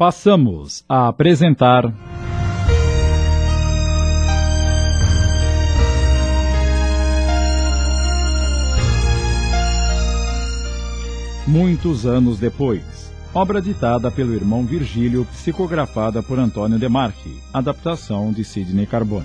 passamos a apresentar Muitos anos depois, obra ditada pelo irmão Virgílio, psicografada por Antônio Demarque, adaptação de Sidney Carbone.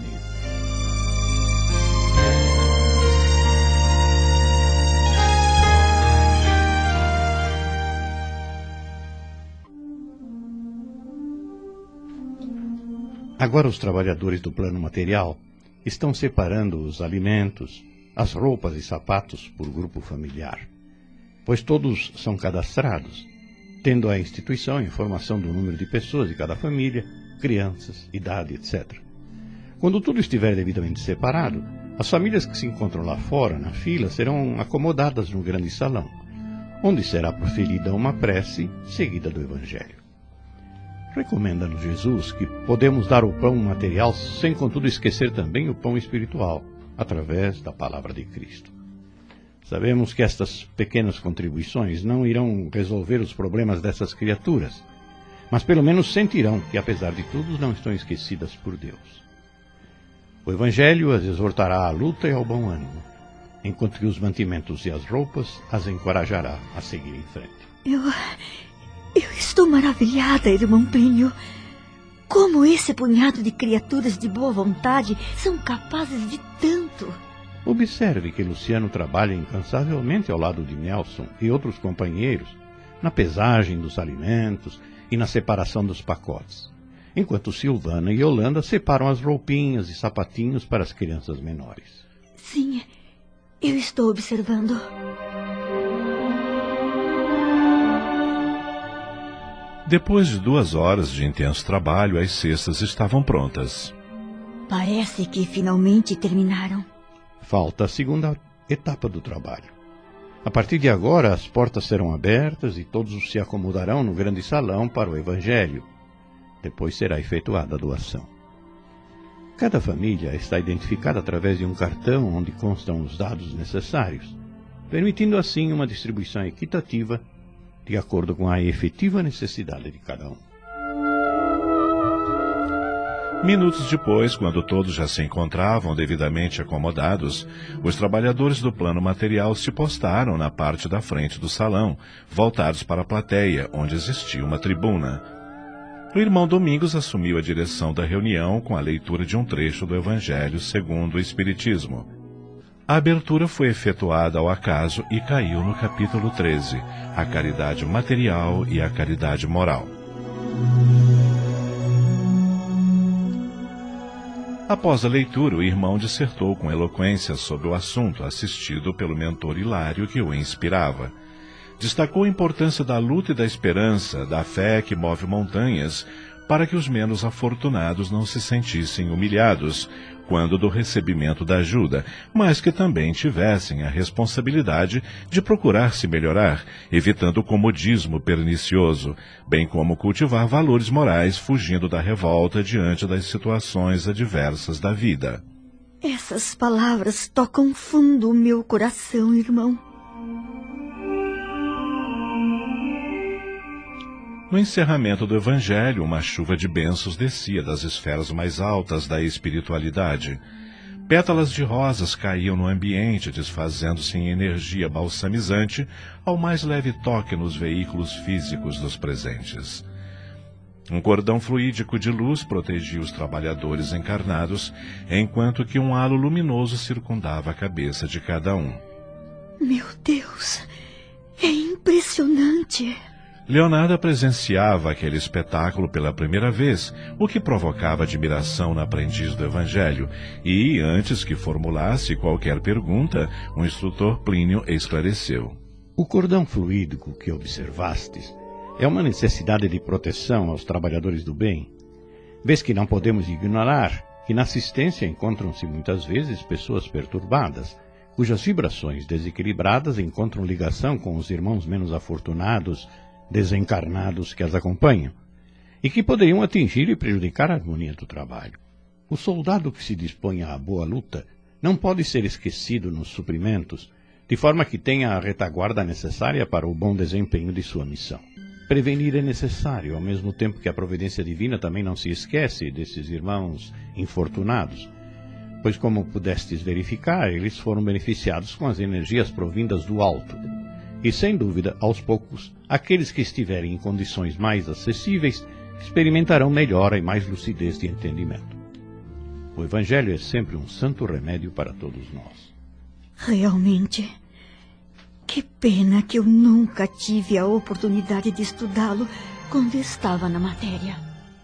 Agora os trabalhadores do plano material estão separando os alimentos, as roupas e sapatos por grupo familiar, pois todos são cadastrados, tendo a instituição informação do número de pessoas de cada família, crianças, idade, etc. Quando tudo estiver devidamente separado, as famílias que se encontram lá fora, na fila, serão acomodadas no grande salão, onde será proferida uma prece seguida do Evangelho. Recomenda-nos Jesus que podemos dar o pão material sem, contudo, esquecer também o pão espiritual, através da palavra de Cristo. Sabemos que estas pequenas contribuições não irão resolver os problemas dessas criaturas, mas pelo menos sentirão que, apesar de tudo, não estão esquecidas por Deus. O Evangelho as exortará à luta e ao bom ânimo, enquanto que os mantimentos e as roupas as encorajará a seguir em frente. Eu estou maravilhada, irmão Plínio. Como esse punhado de criaturas de boa vontade são capazes de tanto. Observe que Luciano trabalha incansavelmente ao lado de Nelson e outros companheiros na pesagem dos alimentos e na separação dos pacotes, enquanto Silvana e Yolanda separam as roupinhas e sapatinhos para as crianças menores. Sim, eu estou observando. Depois de 2 horas de intenso trabalho, as cestas estavam prontas. Parece que finalmente terminaram. Falta a segunda etapa do trabalho. A partir de agora, as portas serão abertas e todos se acomodarão no grande salão para o Evangelho. Depois será efetuada a doação. Cada família está identificada através de um cartão onde constam os dados necessários, permitindo assim uma distribuição equitativa de acordo com a efetiva necessidade de cada um. Minutos depois, quando todos já se encontravam devidamente acomodados, os trabalhadores do plano material se postaram na parte da frente do salão, voltados para a plateia, onde existia uma tribuna. O irmão Domingos assumiu a direção da reunião com a leitura de um trecho do Evangelho segundo o Espiritismo. A abertura foi efetuada ao acaso e caiu no capítulo 13, a caridade material e a caridade moral. Após a leitura, o irmão dissertou com eloquência sobre o assunto, assistido pelo mentor Hilário que o inspirava. Destacou a importância da luta e da esperança, da fé que move montanhas, para que os menos afortunados não se sentissem humilhados quando do recebimento da ajuda, mas que também tivessem a responsabilidade de procurar se melhorar, evitando o comodismo pernicioso, bem como cultivar valores morais, fugindo da revolta diante das situações adversas da vida. Essas palavras tocam fundo o meu coração, irmão. No encerramento do Evangelho, uma chuva de bênçãos descia das esferas mais altas da espiritualidade. Pétalas de rosas caíam no ambiente, desfazendo-se em energia balsamizante ao mais leve toque nos veículos físicos dos presentes. Um cordão fluídico de luz protegia os trabalhadores encarnados, enquanto que um halo luminoso circundava a cabeça de cada um. Meu Deus, é impressionante! Leonardo presenciava aquele espetáculo pela primeira vez, o que provocava admiração na aprendiz do Evangelho, e, antes que formulasse qualquer pergunta, o instrutor Plínio esclareceu. O cordão fluídico que observastes é uma necessidade de proteção aos trabalhadores do bem, vez que não podemos ignorar que na assistência encontram-se muitas vezes pessoas perturbadas, cujas vibrações desequilibradas encontram ligação com os irmãos menos afortunados, desencarnados que as acompanham, e que poderiam atingir e prejudicar a harmonia do trabalho. O soldado que se dispõe à boa luta não pode ser esquecido nos suprimentos, de forma que tenha a retaguarda necessária para o bom desempenho de sua missão. prevenir é necessário, ao mesmo tempo que a providência divina também não se esquece desses irmãos infortunados, pois, como pudestes verificar, eles foram beneficiados com as energias provindas do alto. E, sem dúvida, aos poucos, aqueles que estiverem em condições mais acessíveis experimentarão melhora e mais lucidez de entendimento. O Evangelho é sempre um santo remédio para todos nós. Realmente, que pena que eu nunca tive a oportunidade de estudá-lo quando estava na matéria.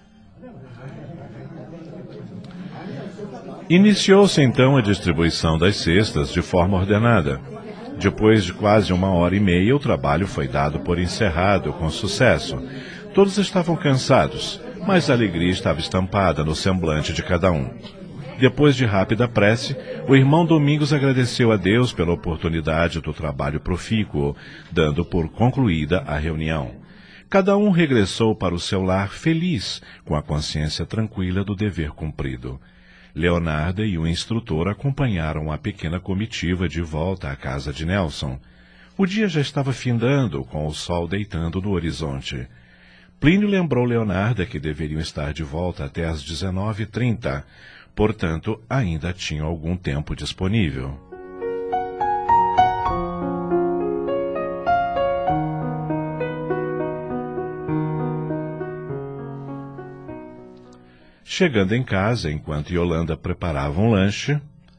Iniciou-se então a distribuição das cestas de forma ordenada. Depois de quase 1h30, o trabalho foi dado por encerrado com sucesso. Todos estavam cansados, mas a alegria estava estampada no semblante de cada um. Depois de rápida prece, o irmão Domingos agradeceu a Deus pela oportunidade do trabalho profícuo, dando por concluída a reunião. Cada um regressou para o seu lar feliz, com a consciência tranquila do dever cumprido. Leonarda e o instrutor acompanharam a pequena comitiva de volta à casa de Nelson. O dia já estava findando, com o sol deitando no horizonte. Plínio lembrou Leonarda que deveriam estar de volta até às 19h30, portanto, ainda tinham algum tempo disponível. Chegando em casa, enquanto Yolanda preparava um lanche,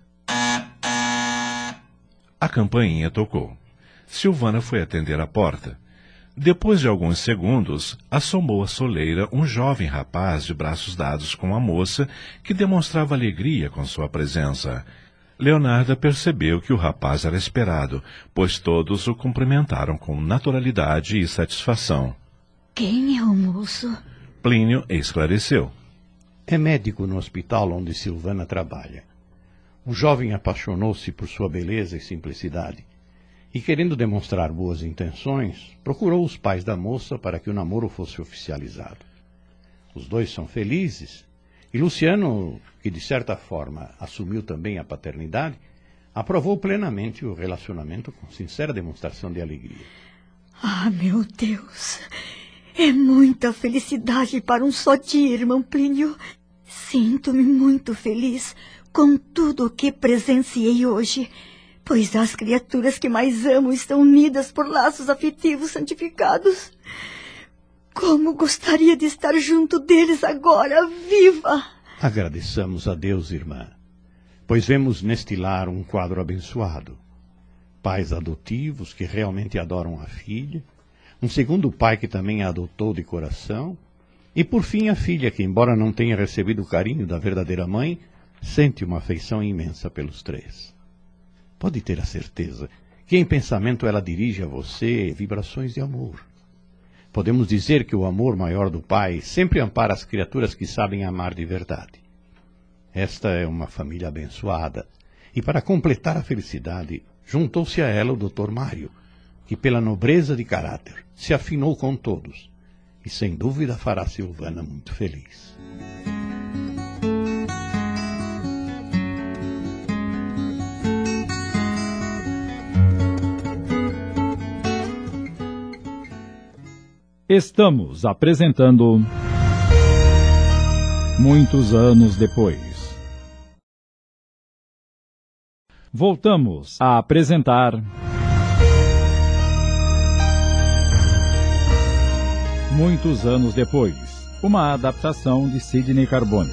a campainha tocou. Silvana foi atender a porta. Depois de alguns segundos, assomou à soleira um jovem rapaz de braços dados com a moça que demonstrava alegria com sua presença. Leonarda percebeu que o rapaz era esperado, pois todos o cumprimentaram com naturalidade e satisfação. Quem é o moço? Plínio esclareceu. É médico no hospital onde Silvana trabalha. O jovem apaixonou-se por sua beleza e simplicidade, e, querendo demonstrar boas intenções, procurou os pais da moça para que o namoro fosse oficializado. Os dois são felizes, e Luciano, que de certa forma assumiu também a paternidade, aprovou plenamente o relacionamento com sincera demonstração de alegria. Ah, meu Deus! É muita felicidade para um só dia, irmão Plínio. Sinto-me muito feliz com tudo o que presenciei hoje, pois as criaturas que mais amo estão unidas por laços afetivos santificados. Como gostaria de estar junto deles agora, viva! Agradeçamos a Deus, irmã, pois vemos neste lar um quadro abençoado. Pais adotivos que realmente adoram a filha, um segundo pai que também a adotou de coração, e por fim a filha que, embora não tenha recebido o carinho da verdadeira mãe, sente uma afeição imensa pelos três. Pode ter a certeza que em pensamento ela dirige a você vibrações de amor. Podemos dizer que o amor maior do Pai sempre ampara as criaturas que sabem amar de verdade. Esta é uma família abençoada, e para completar a felicidade, juntou-se a ela o Dr. Mário, que pela nobreza de caráter se afinou com todos, e sem dúvida fará Silvana muito feliz. Estamos apresentando Muitos Anos Depois. Voltamos a apresentar Muitos Anos Depois, uma adaptação de Sidney Carbone.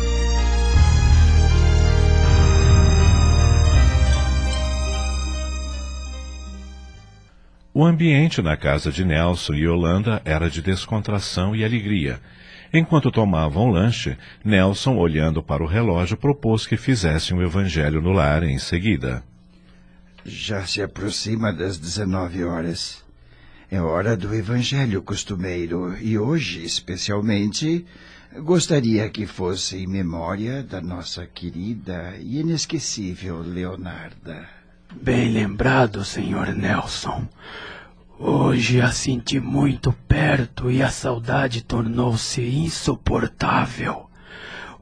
O ambiente na casa de Nelson e Yolanda era de descontração e alegria. Enquanto tomavam lanche, Nelson, olhando para o relógio, propôs que fizessem o evangelho no lar em seguida. Já se aproxima das 19 horas. É hora do evangelho costumeiro e hoje, especialmente, gostaria que fosse em memória da nossa querida e inesquecível Leonarda. Bem lembrado, Sr. Nelson. Hoje a senti muito perto e a saudade tornou-se insuportável.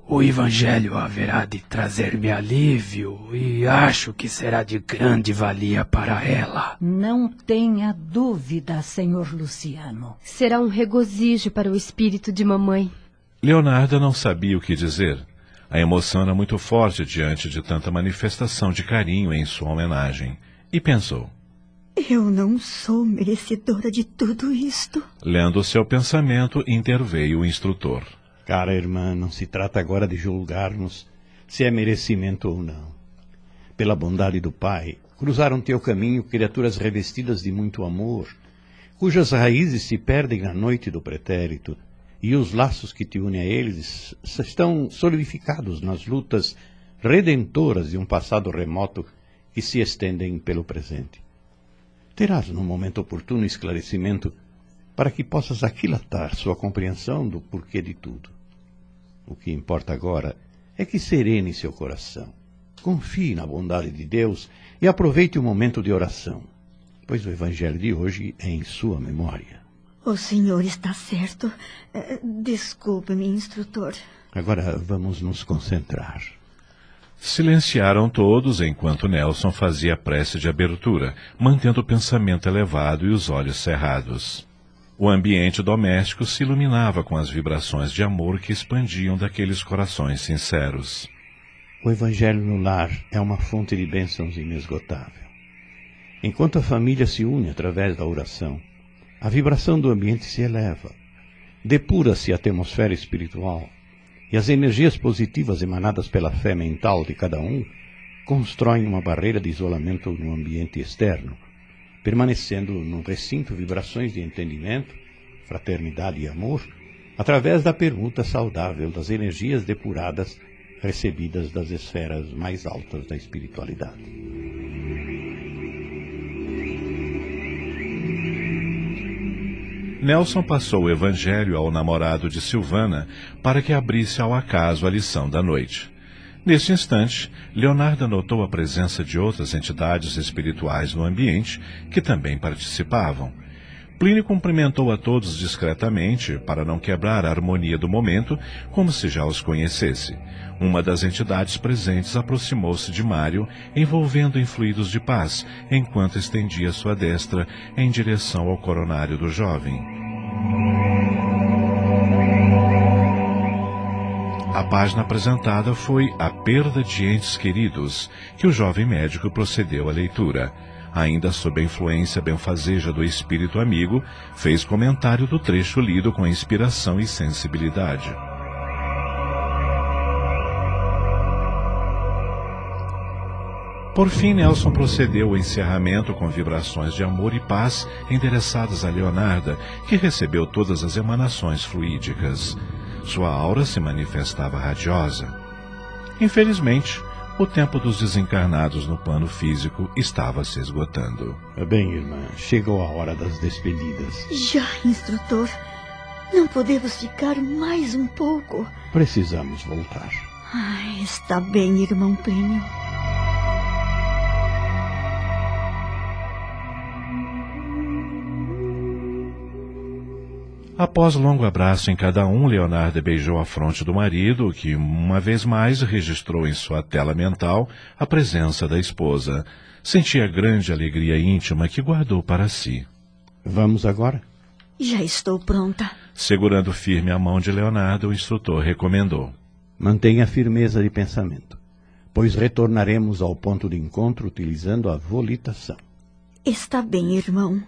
O Evangelho haverá de trazer-me alívio e acho que será de grande valia para ela. Não tenha dúvida, senhor Luciano. Será um regozijo para o espírito de mamãe. Leonarda não sabia o que dizer. A emoção era muito forte diante de tanta manifestação de carinho em sua homenagem. E pensou: eu não sou merecedora de tudo isto. Lendo seu pensamento, interveio o instrutor. Cara irmã, não se trata agora de julgarmos se é merecimento ou não. Pela bondade do Pai, cruzaram teu caminho criaturas revestidas de muito amor, cujas raízes se perdem na noite do pretérito, e os laços que te unem a eles estão solidificados nas lutas redentoras de um passado remoto que se estendem pelo presente. Terás, no momento oportuno, esclarecimento para que possas aquilatar sua compreensão do porquê de tudo. O que importa agora é que serene seu coração, confie na bondade de Deus e aproveite o momento de oração, pois o Evangelho de hoje é em sua memória. O senhor está certo. Desculpe-me, instrutor. Agora vamos nos concentrar. Silenciaram todos enquanto Nelson fazia a prece de abertura, mantendo o pensamento elevado e os olhos cerrados. O ambiente doméstico se iluminava com as vibrações de amor que expandiam daqueles corações sinceros. O Evangelho no lar é uma fonte de bênçãos inesgotável. Enquanto a família se une através da oração, a vibração do ambiente se eleva, depura-se a atmosfera espiritual e as energias positivas emanadas pela fé mental de cada um constroem uma barreira de isolamento no ambiente externo, permanecendo no recinto vibrações de entendimento, fraternidade e amor, através da permuta saudável das energias depuradas recebidas das esferas mais altas da espiritualidade. Nelson passou o Evangelho ao namorado de Silvana para que abrisse ao acaso a lição da noite. Nesse instante, Leonarda notou a presença de outras entidades espirituais no ambiente que também participavam. Plínio cumprimentou a todos discretamente para não quebrar a harmonia do momento, como se já os conhecesse. Uma das entidades presentes aproximou-se de Mário, envolvendo em fluidos de paz, enquanto estendia sua destra em direção ao coronário do jovem. A página apresentada foi A Perda de Entes Queridos, que o jovem médico procedeu à leitura. Ainda sob a influência benfazeja do espírito amigo, fez comentário do trecho lido com inspiração e sensibilidade. Por fim, Nelson procedeu ao encerramento com vibrações de amor e paz endereçadas a Leonarda, que recebeu todas as emanações fluídicas. Sua aura se manifestava radiosa. Infelizmente, o tempo dos desencarnados no plano físico estava se esgotando. Bem, irmã, chegou a hora das despedidas. Já, instrutor. Não podemos ficar mais um pouco. Precisamos voltar. Está bem, irmão Plínio. Após longo abraço em cada um, Leonarda beijou a fronte do marido, que, uma vez mais, registrou em sua tela mental a presença da esposa. Sentia grande alegria íntima que guardou para si. Vamos agora? Já estou pronta. Segurando firme a mão de Leonarda, o instrutor recomendou: mantenha firmeza de pensamento, pois retornaremos ao ponto de encontro utilizando a volitação. Está bem, irmão.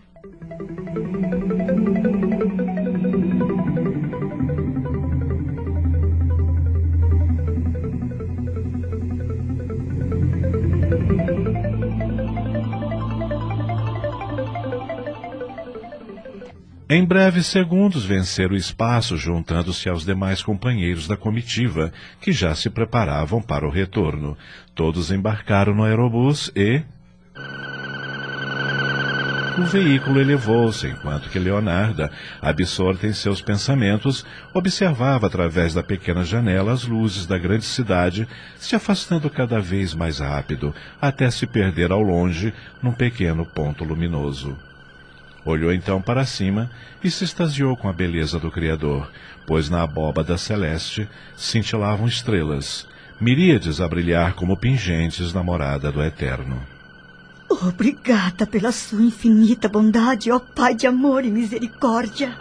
Em breves segundos venceram o espaço, juntando-se aos demais companheiros da comitiva, que já se preparavam para o retorno. Todos embarcaram no aerobus e... o veículo elevou-se, enquanto que Leonarda, absorta em seus pensamentos, observava através da pequena janela as luzes da grande cidade, se afastando cada vez mais rápido, até se perder ao longe num pequeno ponto luminoso. Olhou então para cima e se extasiou com a beleza do Criador, pois na abóbada celeste cintilavam estrelas, miríades a brilhar como pingentes na morada do Eterno. Obrigada pela sua infinita bondade, ó Pai de amor e misericórdia.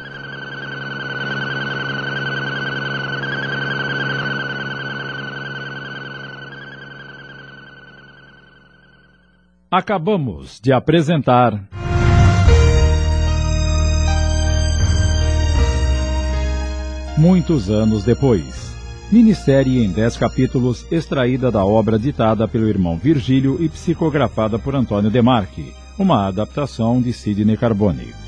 Acabamos de apresentar Muitos Anos Depois, minissérie em 10 capítulos extraída da obra ditada pelo irmão Virgílio e psicografada por Antônio Demarchi, uma adaptação de Sidney Carbone.